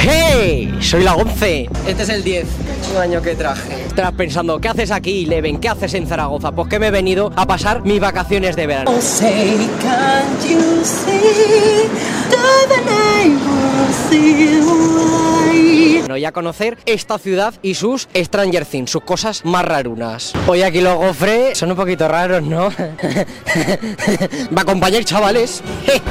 ¡Hey! Soy la 11. Este es el 10. Un año que traje. Estarás pensando, ¿qué haces aquí, Leven? ¿Qué haces en Zaragoza? Pues que me he venido a pasar mis vacaciones de verano. Voy a conocer esta ciudad y sus Stranger Things, sus cosas más rarunas. Hoy aquí los gofres son un poquito raros, ¿no? ¿Me acompañáis, chavales?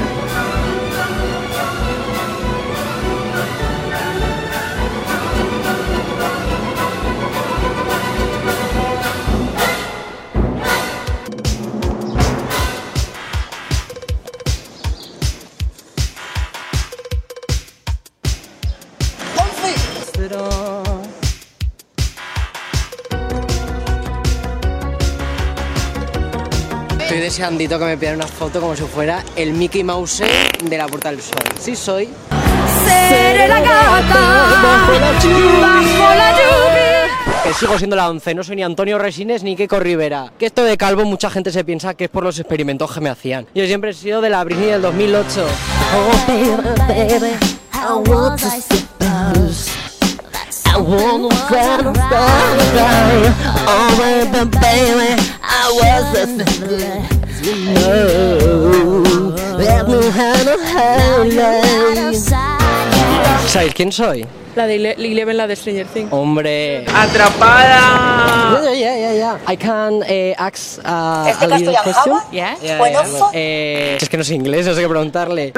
Estoy deseandito que me pidan una foto como si fuera el Mickey Mouse de la Puerta del Sol. Sí soy. Seré la gata bajo la lluvia. Que sigo siendo la 11, no soy ni Antonio Resines ni Keiko Rivera. Que esto de calvo mucha gente se piensa que es por los experimentos que me hacían. Yo siempre he sido de la Britney del 2008. ¿Sabéis quién soy? La de Eleven, la de Stranger Things. Hombre. ¡Atrapada! Yeah. I can ask a little castellano, question. Java? Yeah. Buenoso. Es que no sé inglés, no sé qué preguntarle.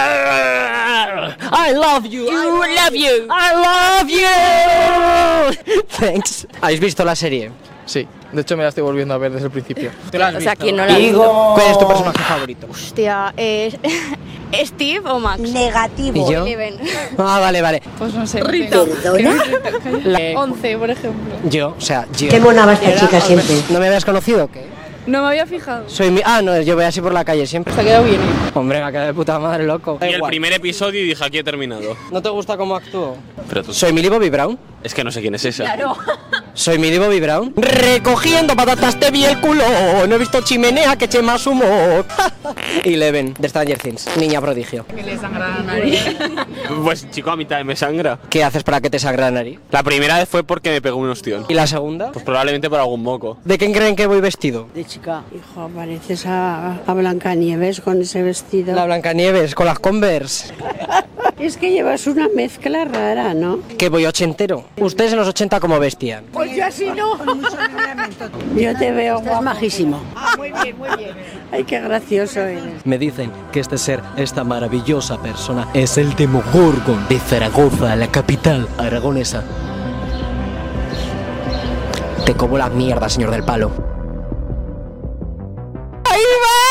I love you. I love you. Thanks. ¿Habéis visto la serie? Sí, de hecho me la estoy volviendo a ver desde el principio. ¿Tú la has O sea, visto? ¿quién no la ha visto? ¿Cuál es tu personaje favorito? Hostia, ¿Steve o Max? Negativo. ¿Y yo? Eleven. Ah, vale. Pues no sé. ¿Perdona? 11, por ejemplo. Yo, o sea, yo. Qué mona va esta chica siempre. ¿No me habías conocido o qué? No me había fijado. Soy mi... Ah, no, yo voy así por la calle siempre. Se ha quedado bien. Hombre, me ha quedado de puta madre, loco. Y el primer episodio y dije, aquí he terminado. ¿No te gusta cómo actúo? Pero tú... Soy Millie Bobby Brown. Es que no sé quién es esa. Claro. Soy Millie Bobby Brown. Recogiendo patatas te vi el culo. No he visto chimenea que eche más humo. Eleven, de Stranger Things. Niña prodigio. Que le sangra la nariz. Pues chico, a mitad me sangra. ¿Qué haces para que te sangre la nariz? La primera vez fue porque me pegó un ostión. ¿Y la segunda? Pues probablemente por algún moco. ¿De quién creen que voy vestido? De chica. Hijo, pareces a Blancanieves con ese vestido. La Blancanieves, con las Converse. Es que llevas una mezcla rara, ¿no? Que voy ochentero. Ustedes en los 80 como vestían. Pues yo así no. Yo te veo guapo. majísimo. Muy bien. Ay, qué gracioso eres. Me dicen que este ser, esta maravillosa persona, es el Demogorgon de Zaragoza, la capital aragonesa. Te como la mierda, señor del palo. ¡Ahí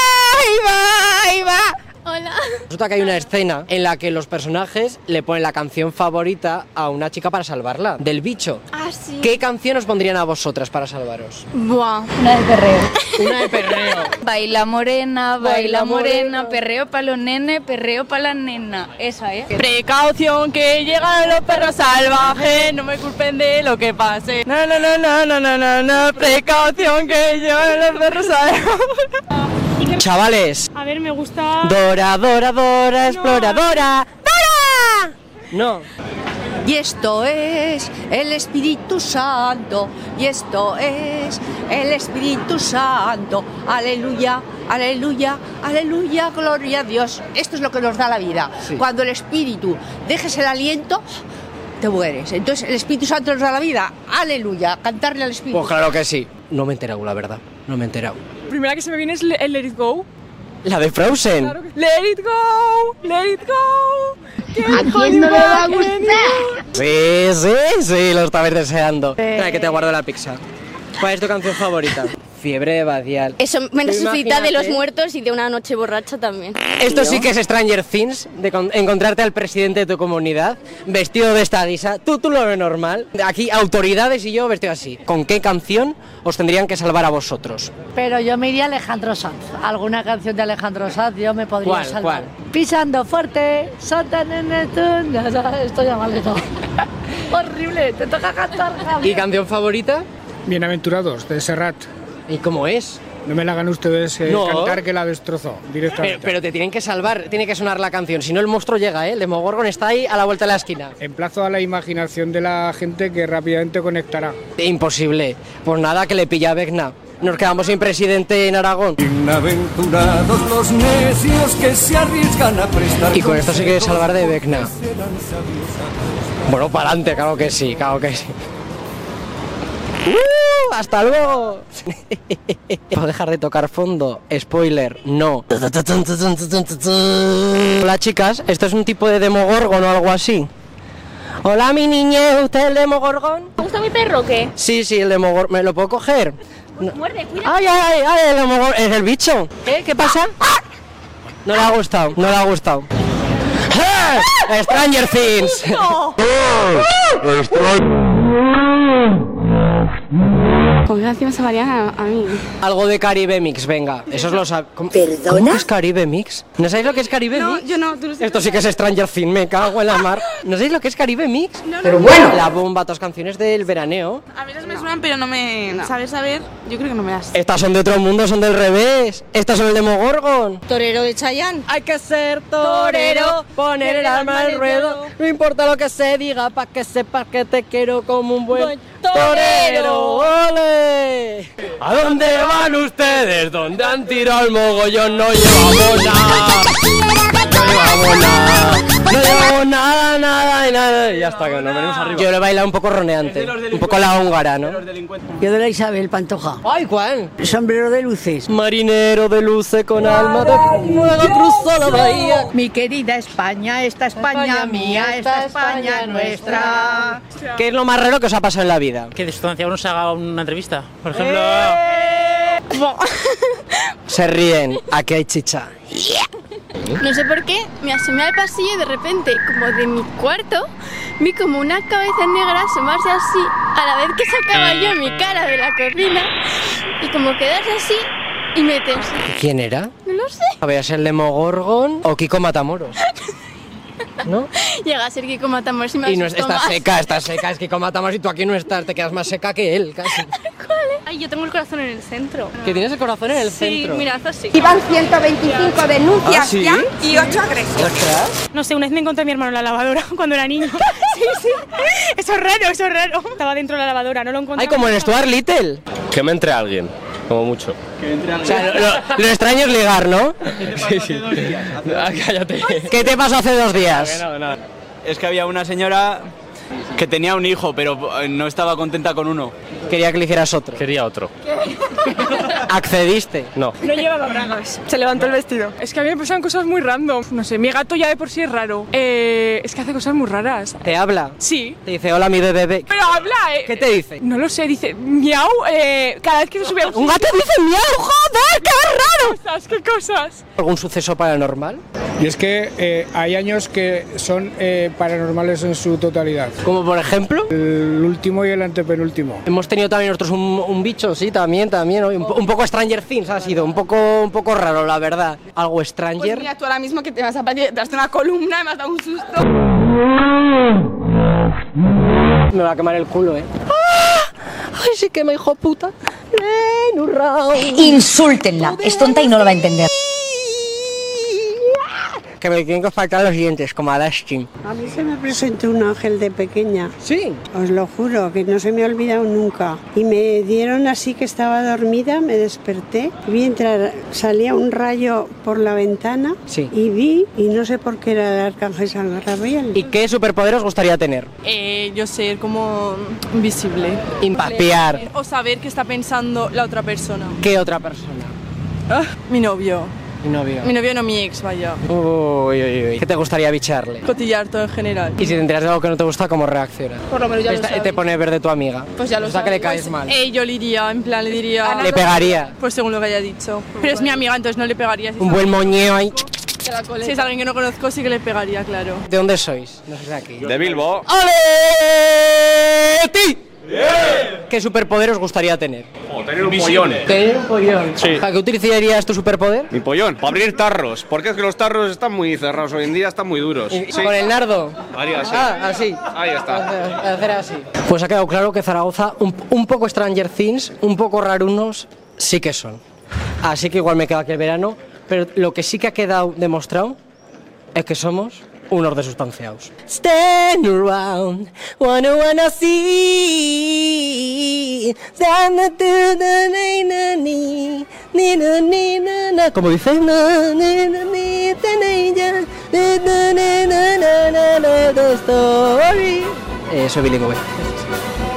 va! Hola. Resulta que hay una escena en la que los personajes le ponen la canción favorita a una chica para salvarla, del bicho. Ah, sí. ¿Qué canción os pondrían a vosotras para salvaros? Buah. Una de perreo. Una de perreo. Baila morena, perreo pa' los nenes, perreo pa' la nena. Esa, ¿eh? Precaución que llegan los perros salvajes, no me culpen de lo que pase. No, precaución que llegan los perros salvajes. Chavales. A ver, me gusta... Dora, exploradora. ¡Dora! No. Y esto es el Espíritu Santo. Y esto es el Espíritu Santo. Aleluya, gloria a Dios. Esto es lo que nos da la vida. Sí. Cuando el Espíritu dejes el aliento, te mueres. Entonces el Espíritu Santo nos da la vida. Aleluya, cantarle al Espíritu. Pues claro que sí. No me he enterado, la verdad. No me he enterado. La primera que se me viene es el Let It Go. La de Frozen. Claro que... Let it go. ¿A quién no le va a gustar? Sí, lo estabais deseando. Trae que te guardo la pizza. ¿Cuál es tu canción favorita? Fiebre de Badial. Eso me Tú resucita de los imagínate. muertos y de una noche borracha también. Esto sí que es Stranger Things, de encontrarte al presidente de tu comunidad vestido de esta guisa. Tú lo ves normal. Aquí autoridades y yo vestido así. ¿Con qué canción os tendrían que salvar a vosotros? Pero yo me iría a Alejandro Sanz. Alguna canción de Alejandro Sanz yo me podría ¿Cuál, salvar. cuál? Pisando fuerte, Santa Nenetun. Estoy ya mal de todo. Horrible, te toca cantar, ¿Y Javier. canción favorita? Bienaventurados, de Serrat. ¿Y cómo es? No me la hagan ustedes No. cantar que la destrozó directamente. Pero te tienen que salvar, tiene que sonar la canción, si no el monstruo llega, ¿eh? El Demogorgon está ahí a la vuelta de la esquina. Emplazo a la imaginación de la gente que rápidamente conectará. Imposible. Pues nada, que le pilla a Vecna. Nos quedamos sin presidente en Aragón. Bienaventurados los necios que se arriesgan a prestar. Y con esto se quiere salvar de Vecna. Bueno, para adelante, claro que sí, claro que sí. ¡Hasta luego! ¿Puedo dejar de tocar fondo? Spoiler, no. Hola chicas, ¿esto es un tipo de Demogorgon o algo así? Hola mi niña, ¿usted es el Demogorgon? ¿Te gusta mi perro o qué? Sí, el Demogorgon. ¿Me lo puedo coger? No. Muerde, cuidado. ¡Ay, el Demogorgon! ¿Es el bicho? ¿Qué pasa? No le ha gustado, no le ha gustado. ¡Stranger Things! ¿Con qué canción se varían a mí? Algo de Caribe Mix, venga. Eso es lo ¿Cómo es Caribe Mix? ¿No sabéis lo que es Caribe Mix? Yo no, tú lo sabes. Esto sí que es Stranger Things, me cago en la mar. ¿No sabéis lo que es Caribe Mix? Pero bueno. La bomba, todas canciones del veraneo. A mí me suenan, pero no me... Saber, yo creo que no me das. Estas son de otro mundo, son del revés. Estas son el Demogorgon. Torero de Chayanne. Hay que ser torero, poner el alma al ruedo. No importa lo que se diga, pa' que sepas que te quiero como un buen torero. ¡Ole! ¿A dónde van ustedes? ¿Dónde han tirado el mogollón? No llevamos nada. No llevamos nada. Y ya está, que nos venimos arriba. Yo le he bailado un poco roneante. Un poco la húngara, ¿no? Yo de la Isabel Pantoja. ¡Ay, cuál! Sombrero de luces. Marinero de luces con alma de fuego cruzó la bahía. Mi querida España, esta España mía, esta España nuestra. ¿Qué es lo más raro que os ha pasado en la vida? Que de sustancia uno se haga una entrevista, por ejemplo. Se ríen, aquí hay chicha. No sé por qué, me asomé al pasillo y de repente, como de mi cuarto, vi como una cabeza negra asomarse así, a la vez que sacaba yo mi cara de la cocina, y como quedarse así y meterse. ¿Quién era? No lo sé. ¿Voy a ser el Demogorgon o Kiko Matamoros? ¿No? Llega a ser Kiko Matamoros y me Y no asustó estás más. seca, es Kiko Matamoros y tú aquí no estás, te quedas más seca que él, casi. Ay, yo tengo el corazón en el centro. Que tienes el corazón en el centro. Sí, mira, haz así. Y van 125 denuncias ¿Ah, sí? ya y 8 agresiones. ¿Ostras? No sé, una vez me encontré a mi hermano en la lavadora cuando era niño. Sí. Eso es raro. Estaba dentro de la lavadora, no lo encontré. Ay, como en Stuart Little. Que me entre alguien, como mucho. O sea, lo extraño es ligar, ¿no? Sí. Cállate. ¿Qué te pasó hace 2 días? Nada. Es que había una señora que tenía un hijo, pero no estaba contenta con uno. Quería que le hicieras otro. Quería otro. ¿Accediste? No. No llevaba bragas. Se levantó el vestido. Es que a mí me pasan cosas muy random. No sé, mi gato ya de por sí es raro. Es que hace cosas muy raras. ¿Te habla? Sí. Te dice, hola mi bebé. Pero habla, ¿Qué te dice? No lo sé, dice miau. Cada vez que se sube a ¡Un gato dice miau! ¡Joder, qué raro! ¿Qué cosas? ¿Algún suceso paranormal? Y es que hay años que son paranormales en su totalidad. Como por ejemplo. El último y el antepenúltimo. Hemos tenido también nosotros un bicho, sí, también. Un poco Stranger Things ha sido, un poco raro, la verdad. Algo Stranger. Pues mira, tú ahora mismo que te vas a parir detrás de una columna, me has dado un susto. Me va a quemar el culo, ¿eh? ¡Ay, sí que me hijo puta! Insúltenla, es tonta y no lo va a entender. Que me tienen que faltar los dientes, como a Dustin. A mí se me presentó un ángel de pequeña. ¿Sí? Os lo juro, que no se me ha olvidado nunca. Y me dieron así que estaba dormida, me desperté, vi entrar, salía un rayo por la ventana. Sí. Y vi, y no sé por qué era el arcángel San Gabriel. ¿Y qué superpoder os gustaría tener? Yo ser como invisible. Empapear. O saber qué está pensando la otra persona. ¿Qué otra persona? Mi novio. Mi novio. Mi novio no, mi ex, vaya. Uy. ¿Qué te gustaría bicharle? Cotillear todo en general. Y si te enteras de algo que no te gusta, ¿cómo reaccionas? Por lo menos ya lo sabes. Te pone verde tu amiga. Pues ya lo O sea, sabes. que le caes Pues, mal. Yo le diría, en plan, le diría... Le pegaría. Pues según lo que haya dicho. Pero es mi amiga, entonces no le pegaría. Si Un buen moñeo ahí. Si es alguien que no conozco, sí que le pegaría, claro. ¿De dónde sois? No sé de aquí. De Bilbo. ¡Ale! ¡Ti! ¿Qué superpoder os gustaría tener? Tener un pollón. Tener un pollón. Sí. ¿Para qué utilizarías tu superpoder? Mi pollón. Para abrir tarros. Porque es que los tarros están muy cerrados hoy en día, están muy duros. ¿Y con el nardo? Haría así. Así. Ahí está. Hacer así. Pues ha quedado claro que Zaragoza, un poco Stranger Things, un poco rarunos, sí que son. Así que igual me quedo aquí el verano, pero lo que sí que ha quedado demostrado es que somos unos desustanciados. Stand around, wanna see. Como dice, soy bilingüe.